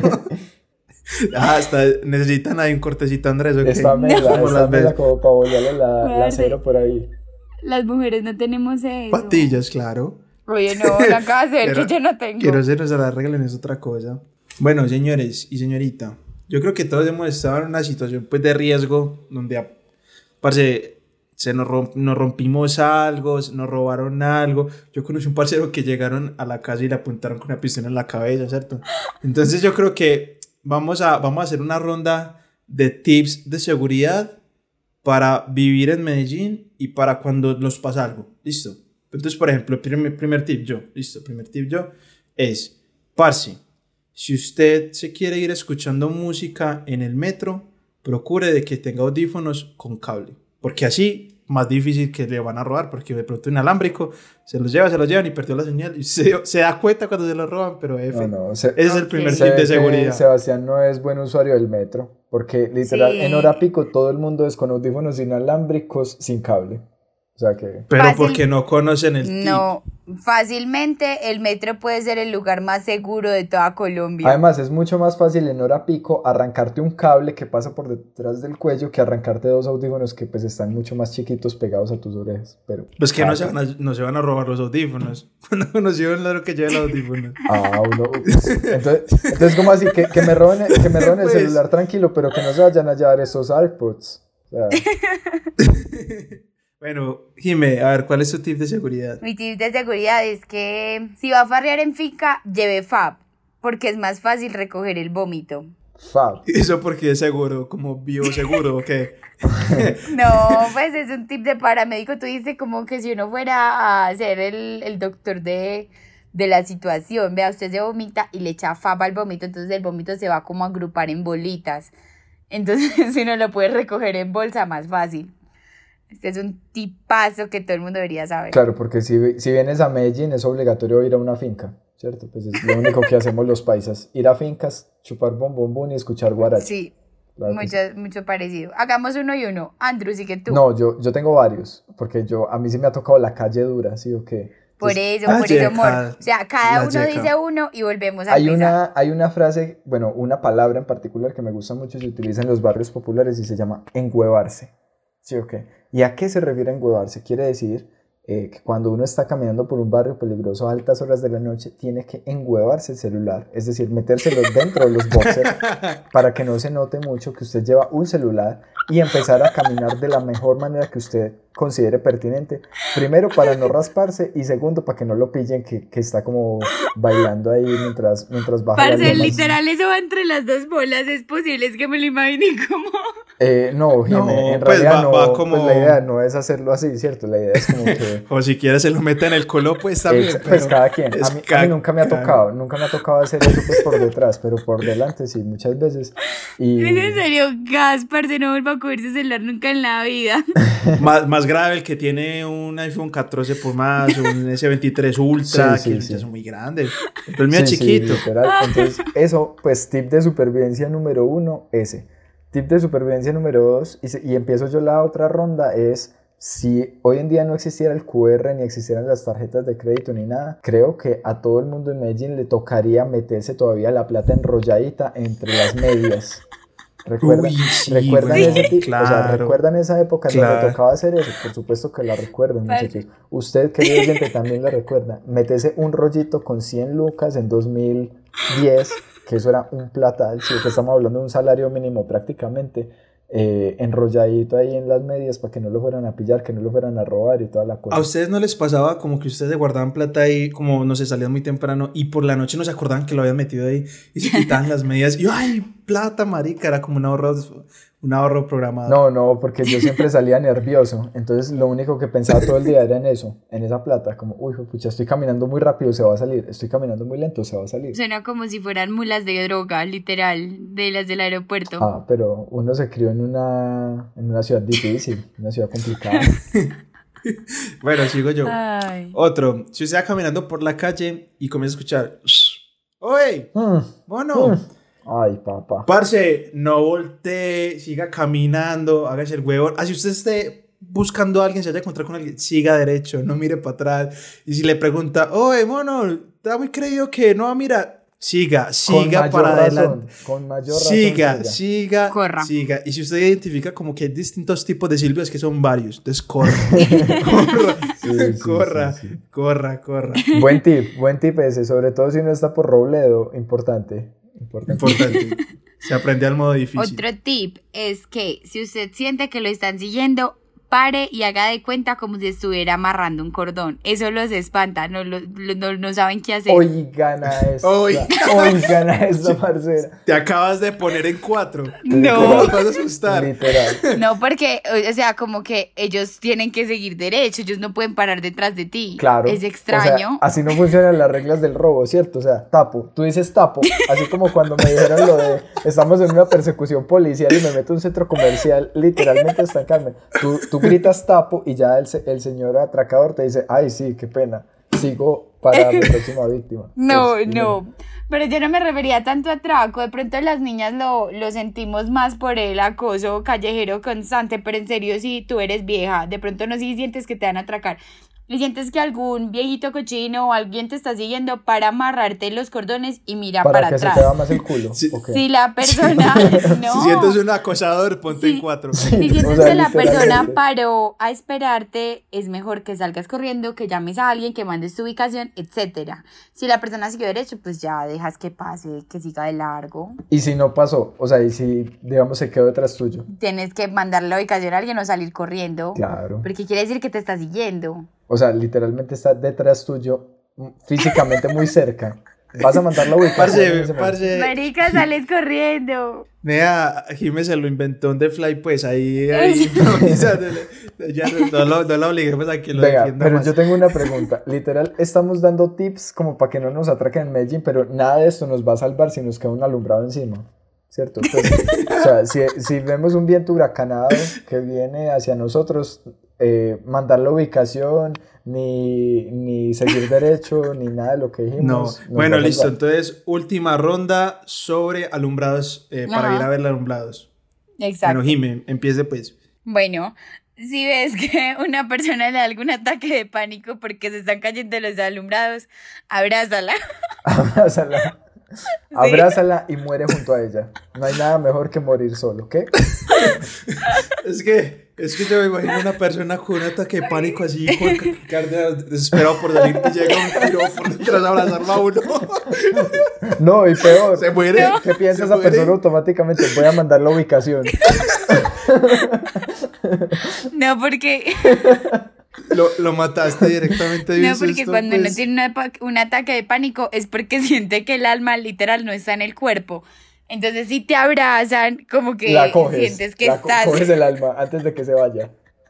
Necesitan ahí un cortecito, Andrés. ¿Okay? Esta mela ¿Cómo las ves? como para volverle la Parce. cero por ahí. Las mujeres no tenemos eso. Patillas, claro. Oye, no, lo acabas de ver que yo no tengo. Quiero se nos la regalen, es otra cosa. Bueno, señores y señorita, yo creo que todos hemos estado en una situación pues de riesgo donde, parce, nos rompimos algo, nos robaron algo. Yo conocí un parcero que llegaron a la casa y le apuntaron con una pistola en la cabeza, ¿cierto? Entonces yo creo que vamos a hacer una ronda de tips de seguridad para vivir en Medellín y para cuando nos pasa algo. ¿Listo? Entonces, por ejemplo, primer tip yo es, parce, si usted se quiere ir escuchando música en el metro, procure de que tenga audífonos con cable, porque así más difícil que le van a robar, porque de pronto inalámbrico se los llevan y perdió la señal y se da cuenta cuando se lo roban, pero ese es el primer Se tip ve de seguridad. que Sebastián no es buen usuario del metro, porque literal Sí. en hora pico todo el mundo es con audífonos inalámbricos sin cable. O sea que... Pero Fácil. porque no conocen el tip. No, fácilmente el metro puede ser el lugar más seguro de toda Colombia. Además, es mucho más fácil en hora pico arrancarte un cable que pasa por detrás del cuello que arrancarte dos audífonos que pues están mucho más chiquitos pegados a tus orejas. Pero Pues que no se van a robar los audífonos. Cuando nos llevan lo que lleva los audífonos. Entonces como así que me roben el Pues. celular tranquilo, pero que no se vayan a llevar esos AirPods. O sea, Bueno, Jime, a ver, ¿cuál es tu tip de seguridad? Mi tip de seguridad es que si va a farrear en finca, lleve FAB, porque es más fácil recoger el vómito. fab. Eso porque es seguro, como bioseguro, ¿o qué? No, pues es un tip de paramédico. Tú dices como que si uno fuera a ser el doctor de la situación, vea, usted se vomita y le echa FAB al vómito, entonces el vómito se va como a agrupar en bolitas. Entonces si uno lo puede recoger en bolsa, más fácil. Este es un tipazo que todo el mundo debería saber. Claro, porque si vienes a Medellín es obligatorio ir a una finca, ¿cierto? Pues es lo único que hacemos los paisas. Ir a fincas, chupar bombón y escuchar guaracha. Sí, Claro que sí. mucho parecido. Hagamos uno y uno. Andrew, sigue tú. No, yo tengo varios, porque a mí sí me ha tocado la calle dura, ¿sí o qué? Por eso, amor. O sea, cada uno dice uno y volvemos a empezar. Hay una frase, bueno, una palabra en particular que me gusta mucho y se utiliza en los barrios populares y se llama enhuevarse. ¿Sí o qué? ¿Y a qué se refiere enhuevarse? Quiere decir que cuando uno está caminando por un barrio peligroso a altas horas de la noche, tiene que enhuevarse el celular, es decir, metérselo dentro de los boxers para que no se note mucho que usted lleva un celular y empezar a caminar de la mejor manera que usted considere pertinente. Primero, para no rasparse, y segundo, para que no lo pillen que está como bailando ahí mientras baja. Parce, literal, eso va entre las dos bolas. Es posible, es que me lo imagine como... No, Jimé, en pues realidad va como... pues la idea no es hacerlo así, ¿cierto? La idea es como que... O si quieres se lo mete en el culo, pues también. Pues cada quien. A mí nunca me ha tocado hacer eso pues por detrás, pero por delante sí, muchas veces. Y... Es en serio, Gaspar, se no vuelva a coger su celular nunca en la vida. Más grave el que tiene un iPhone 14 Pro más, un S23 Ultra, que ya son muy grandes. El mío es chiquito. Sí, literal. Entonces, eso, pues, tip de supervivencia número 1, ese. Tip de supervivencia número 2, y empiezo yo la otra ronda, es si hoy en día no existiera el QR, ni existieran las tarjetas de crédito ni nada, creo que a todo el mundo en Medellín le tocaría meterse todavía la plata enrolladita entre las medias. ¿Recuerdan ese claro, o sea, ¿recuerdan esa época donde tocaba hacer eso? Por supuesto que la recuerdan, muchachos. Usted, querido oyente, también la recuerda. Métese un rollito con 100 lucas en 2010, que eso era un platal, sí, que estamos hablando de un salario mínimo prácticamente, enrolladito ahí en las medias para que no lo fueran a pillar, que no lo fueran a robar y toda la cosa. ¿A ustedes no les pasaba como que ustedes guardaban plata ahí, como no sé, salían muy temprano y por la noche no se acordaban que lo habían metido ahí y se quitaban las medias y ¡ay, plata, marica! Era como un ahorro programado. No, porque yo siempre salía nervioso, entonces lo único que pensaba todo el día era en eso, en esa plata, como, uy, pucha, estoy caminando muy rápido, se va a salir, estoy caminando muy lento, se va a salir. Suena como si fueran mulas de droga, literal, de las del aeropuerto. Pero uno se crió en una ciudad difícil, una ciudad complicada. Bueno, sigo yo. Ay. Otro, si usted va caminando por la calle y comienza a escuchar, ¡oye! ¡Bueno! Ay, papá. Parce, no voltee, siga caminando, hágase el huevo. Así usted esté buscando a alguien, se vaya a encontrar con alguien, siga derecho, no mire para atrás. Y si le pregunta, oye, mono, está muy creído que no, mira, siga para adelante. Con mayor razón. Siga. Corra. Y si usted identifica como que hay distintos tipos de silbidos, que son varios, entonces corra. Corra. Buen tip ese, sobre todo si uno está por Robledo, importante. Se aprende al modo difícil. Otro tip es que si usted siente que lo están siguiendo, pare y haga de cuenta como si estuviera amarrando un cordón. Eso los espanta, no saben qué hacer. Oigan a esta parcera. Te acabas de poner en 4. No. ¿Cómo te vas a asustar? Literal. No, porque, o sea, como que ellos tienen que seguir derecho, ellos no pueden parar detrás de ti. Claro. Es extraño. O sea, así no funcionan las reglas del robo, ¿cierto? O sea, tapo. Tú dices tapo. Así como cuando me dijeron lo de estamos en una persecución policial y me meto a un centro comercial, literalmente estancarme. Tú gritas tapo y ya el señor atracador te dice, ay, sí, qué pena. Sigo para mi próxima víctima. No. Pero yo no me refería tanto a atraco. De pronto las niñas lo sentimos más por el acoso callejero constante. Pero en serio, si tú eres vieja, de pronto no sientes que te van a atracar. Y sientes que algún viejito cochino o alguien te está siguiendo para amarrarte los cordones y mira para atrás. Para que se te va más el culo. Sí. Okay. Si la persona... No. Si sientes un acosador, ponte en 4. Si sientes que la persona paró a esperarte, es mejor que salgas corriendo, que llames a alguien, que mandes tu ubicación, etcétera. Si la persona siguió derecho, pues ya dejas que pase, que siga de largo. Y si no pasó, o sea, y si, digamos, se quedó detrás tuyo. Tienes que mandarle la ubicación a alguien o salir corriendo. Claro. Porque quiere decir que te está siguiendo. O sea, literalmente está detrás tuyo, físicamente muy cerca. Vas a mandar la ubicación. Parce. Marica, sales corriendo. Mira, Jiménez se lo inventó en The Fly, pues ahí improvisándole. Ya no lo obliguemos a que lo defienda. Pero más. yo tengo una pregunta. Literal, estamos dando tips como para que no nos atraquen en Medellín, pero nada de esto nos va a salvar si nos queda un alumbrado encima. ¿Cierto? Pues, o sea, si vemos un viento huracanado que viene hacia nosotros, mandar la ubicación, ni seguir derecho, ni nada de lo que dijimos. No. Bueno, listo. Entonces, última ronda sobre alumbrados, para ir a ver los alumbrados. Exacto. Bueno, Jimé, empiece pues. Bueno, Si ves que una persona le da algún ataque de pánico porque se están cayendo los alumbrados, abrázala. Abrázala. Abrázala y muere junto a ella. No hay nada mejor que morir solo, ¿qué? Es que yo me imagino una persona con un ataque de pánico así, con desesperado por salir y llega un pirófono tras abrazarlo a uno. No, y peor. Se muere. ¿Qué piensa esa persona automáticamente? Voy a mandar la ubicación. No, porque... Lo mataste directamente. No, porque cuando uno tiene un ataque de pánico es porque siente que el alma literal no está en el cuerpo. Entonces si te abrazan, como que la coges, sientes que estás... coges el alma antes de que se vaya.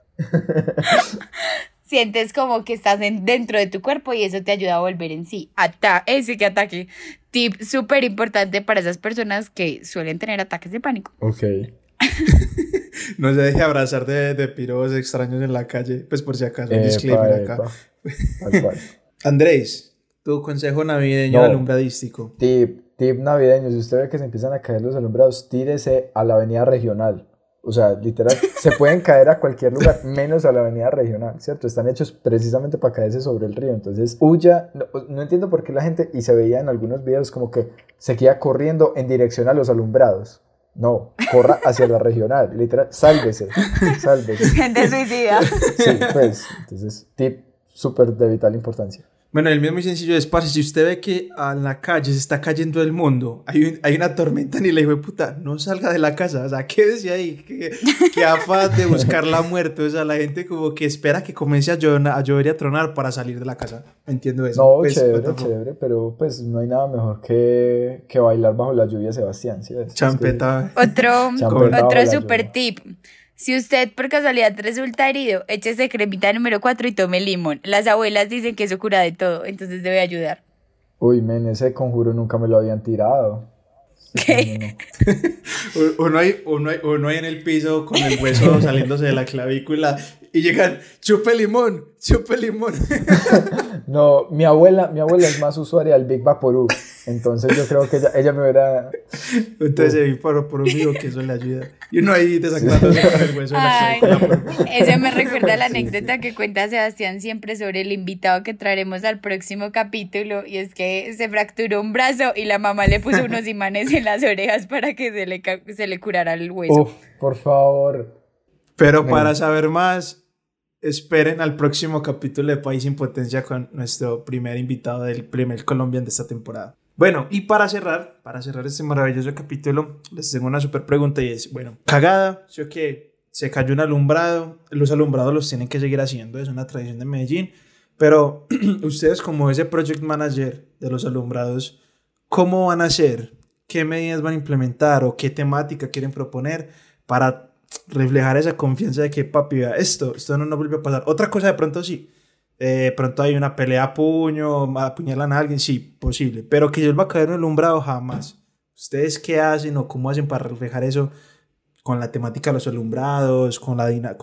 Sientes como que estás dentro de tu cuerpo y eso te ayuda a volver en sí. Ese que ataque. Tip súper importante para esas personas que suelen tener ataques de pánico. Ok. No se deje abrazar de piros extraños en la calle, pues por si acaso, un disclaimer acá. Tal cual. Andrés, tu consejo navideño alumbradístico. Tip navideño, si usted ve que se empiezan a caer los alumbrados, tírese a la avenida regional. O sea, literal, se pueden caer a cualquier lugar, menos a la avenida regional, ¿cierto? Están hechos precisamente para caerse sobre el río. Entonces, huya. No entiendo por qué la gente, y se veía en algunos videos como que se queda corriendo en dirección a los alumbrados. No, corra hacia la regional, literal, sálvese. Gente suicida. Sí, pues, entonces, tip súper de vital importancia. Bueno, el mío es muy sencillo, es parce, si usted ve que a la calle se está cayendo el mundo, hay una tormenta, ni le dijo, puta, no salga de la casa, o sea, quédese ahí, que afán de buscar la muerte, o sea, la gente como que espera que comience a llover y a tronar para salir de la casa, entiendo eso. No, pues, chévere, pero pues no hay nada mejor que bailar bajo la lluvia, Sebastián, ¿sí ves? Champeta. Otro super tip. Si usted por casualidad resulta herido, échese cremita número 4 y tome limón. Las abuelas dicen que eso cura de todo, entonces debe ayudar. Uy, men, ese conjuro nunca me lo habían tirado. ¿Qué? Uno ahí en el piso con el hueso saliéndose de la clavícula y llegan, chupe limón. No, mi abuela es más usuaria del Big Vaporub, entonces yo creo que ella me hubiera... Entonces se vi por un amigo que eso le ayuda. Y uno ahí desactándose con el hueso de la clavícula. Eso me recuerda la anécdota que cuenta Sebastián siempre sobre el invitado que traeremos al próximo capítulo, y es que se fracturó un brazo y la mamá le puso unos imanes en las orejas para que se le curara el hueso. Uf, por favor. Pero para saber más, esperen al próximo capítulo de País sin Potencia con nuestro primer invitado del primer Colombian de esta temporada. Bueno, y para cerrar este maravilloso capítulo, les tengo una super pregunta y es, bueno, cagada, ¿sí o qué? Se cayó un alumbrado, los alumbrados los tienen que seguir haciendo, es una tradición de Medellín, pero ustedes como ese project manager de los alumbrados, ¿cómo van a hacer? ¿Qué medidas van a implementar o qué temática quieren proponer para reflejar esa confianza de que, papi, vea, esto no nos vuelve a pasar? Otra cosa de pronto sí, pronto hay una pelea a puño, apuñalan a alguien, sí, posible, pero que yo va a caer un alumbrado, jamás. ¿Ustedes qué hacen o cómo hacen para reflejar eso con la temática de los alumbrados, con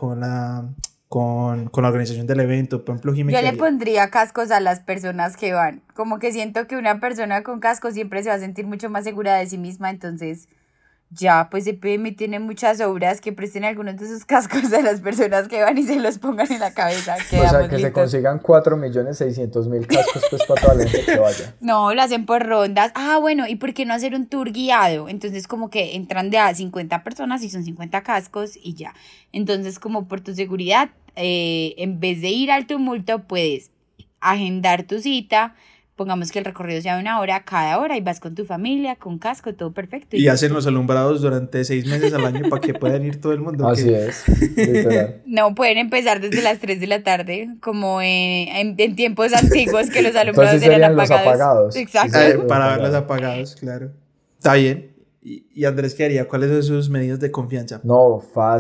la organización del evento? Por ejemplo, yo le pondría cascos a las personas que van, como que siento que una persona con casco siempre se va a sentir mucho más segura de sí misma, entonces ya, pues EPM tiene muchas obras, que presten algunos de esos cascos a las personas que van y se los pongan en la cabeza. O sea, que listos. Se consigan 4.600.000 cascos pues para toda la gente que vaya. No, lo hacen por rondas. Ah, bueno, ¿y por qué no hacer un tour guiado? Entonces como que entran de a 50 personas y son 50 cascos y ya. Entonces como por tu seguridad, en vez de ir al tumulto, puedes agendar tu cita. Pongamos que el recorrido sea de 1 hora, cada hora, y vas con tu familia, con casco, todo perfecto. Y hacen los alumbrados durante 6 meses al año para que puedan ir todo el mundo. Así es, literal. No, pueden empezar desde las 3 de la tarde, como en tiempos antiguos que los alumbrados eran apagados. Exacto. Para verlos apagados, claro. Está bien. ¿Y Andrés qué haría? ¿Cuáles son sus medidas de confianza? No,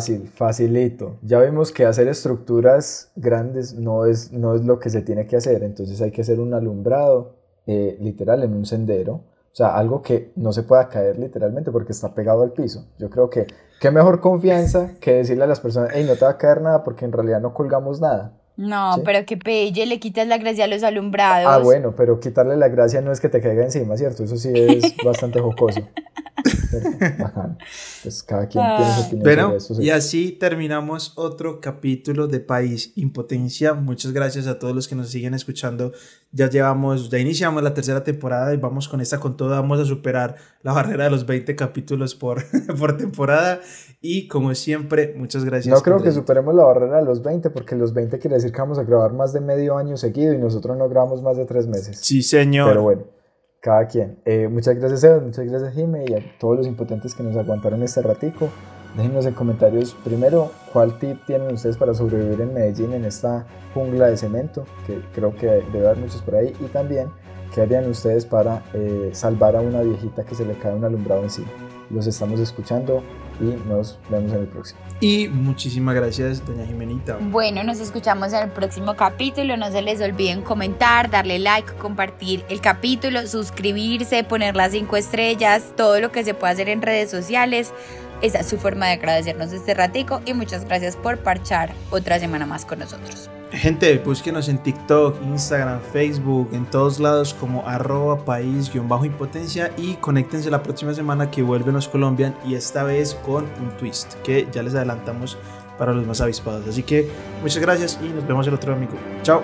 facilito. Ya vimos que hacer estructuras grandes no es lo que se tiene que hacer. Entonces hay que hacer un alumbrado literal en un sendero. O sea, algo que no se pueda caer literalmente porque está pegado al piso. Yo creo que qué mejor confianza que decirle a las personas, hey, no te va a caer nada porque en realidad no colgamos nada. No, ¿sí? pero qué pelle, le quitas la gracia a los alumbrados. Ah, bueno, pero quitarle la gracia no es que te caiga encima, ¿cierto? Eso sí es bastante jocoso. ¿Cierto? Bacán. Pues cada quien tiene su opinión sobre Bueno, esto. y así terminamos otro capítulo de País Impotencia. Muchas gracias a todos los que nos siguen escuchando. Ya iniciamos la tercera temporada y vamos con esta con todo. Vamos a superar la barrera de los 20 capítulos por temporada. Y como siempre, muchas gracias. No creo que Andresito. superemos la barrera de los 20, porque los 20 quiere decir que vamos a grabar más de medio año seguido y nosotros no grabamos más de 3 meses. Sí, señor. Pero bueno, cada quien. Muchas gracias, Sebas, muchas gracias, Jime, y a todos los impotentes que nos aguantaron este ratico. Déjenos en comentarios primero cuál tip tienen ustedes para sobrevivir en Medellín en esta jungla de cemento, que creo que debe haber muchos por ahí, y también qué harían ustedes para salvar a una viejita que se le cae un alumbrado encima. Los estamos escuchando y nos vemos en el próximo. Y muchísimas gracias, doña Jimenita. Bueno, nos escuchamos en el próximo capítulo. No se les olviden comentar, darle like, compartir el capítulo, suscribirse, poner las 5 estrellas, todo lo que se pueda hacer en redes sociales. Esa es su forma de agradecernos este ratico y muchas gracias por parchar otra semana más con nosotros. Gente, búsquenos en TikTok, Instagram, Facebook, en todos lados como @país_impotencia y conéctense la próxima semana que vuelven los Colombian y esta vez con un twist que ya les adelantamos para los más avispados. Así que muchas gracias y nos vemos el otro domingo. Chao.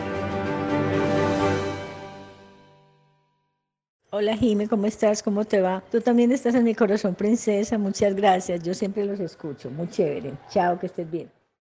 Hola Jime, ¿cómo estás? ¿Cómo te va? Tú también estás en mi corazón, princesa. Muchas gracias. Yo siempre los escucho. Muy chévere. Chao, que estés bien.